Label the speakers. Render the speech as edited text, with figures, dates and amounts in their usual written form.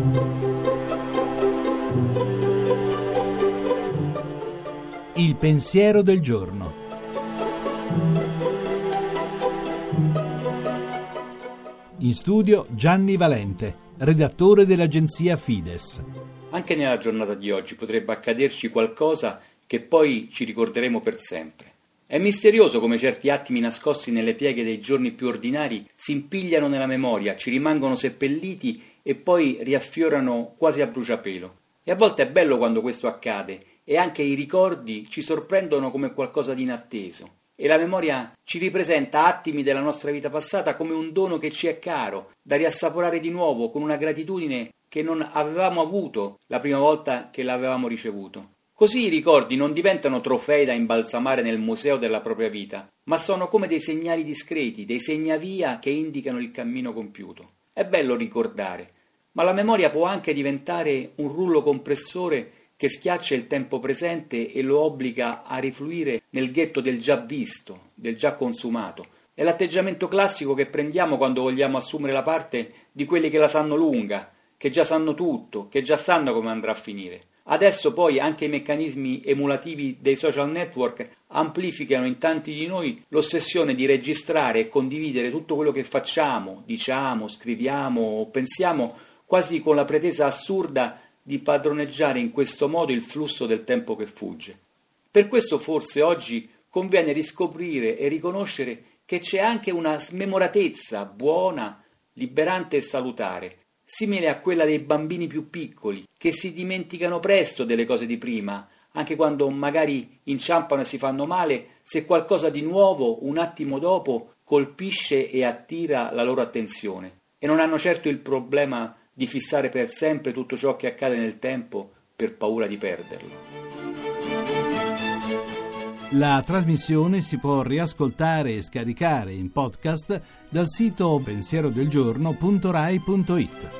Speaker 1: Il pensiero del giorno. In studio Gianni Valente, redattore dell'agenzia Fides.
Speaker 2: Anche nella giornata di oggi potrebbe accaderci qualcosa che poi ci ricorderemo per sempre. È misterioso come certi attimi nascosti nelle pieghe dei giorni più ordinari si impigliano nella memoria, ci rimangono seppelliti e poi riaffiorano quasi a bruciapelo. E a volte è bello quando questo accade e anche i ricordi ci sorprendono come qualcosa di inatteso. E la memoria ci ripresenta attimi della nostra vita passata come un dono che ci è caro, da riassaporare di nuovo con una gratitudine che non avevamo avuto la prima volta che l'avevamo ricevuto. Così i ricordi non diventano trofei da imbalsamare nel museo della propria vita, ma sono come dei segnali discreti, dei segnavia che indicano il cammino compiuto. È bello ricordare, ma la memoria può anche diventare un rullo compressore che schiaccia il tempo presente e lo obbliga a rifluire nel ghetto del già visto, del già consumato. È l'atteggiamento classico che prendiamo quando vogliamo assumere la parte di quelli che la sanno lunga, che già sanno tutto, che già sanno come andrà a finire. Adesso poi anche i meccanismi emulativi dei social network amplificano in tanti di noi l'ossessione di registrare e condividere tutto quello che facciamo, diciamo, scriviamo o pensiamo, quasi con la pretesa assurda di padroneggiare in questo modo il flusso del tempo che fugge. Per questo forse oggi conviene riscoprire e riconoscere che c'è anche una smemoratezza buona, liberante e salutare, simile a quella dei bambini più piccoli, che si dimenticano presto delle cose di prima, anche quando magari inciampano e si fanno male, se qualcosa di nuovo, un attimo dopo, colpisce e attira la loro attenzione. E non hanno certo il problema di fissare per sempre tutto ciò che accade nel tempo per paura di perderlo.
Speaker 1: La trasmissione si può riascoltare e scaricare in podcast dal sito pensierodelgiorno.rai.it.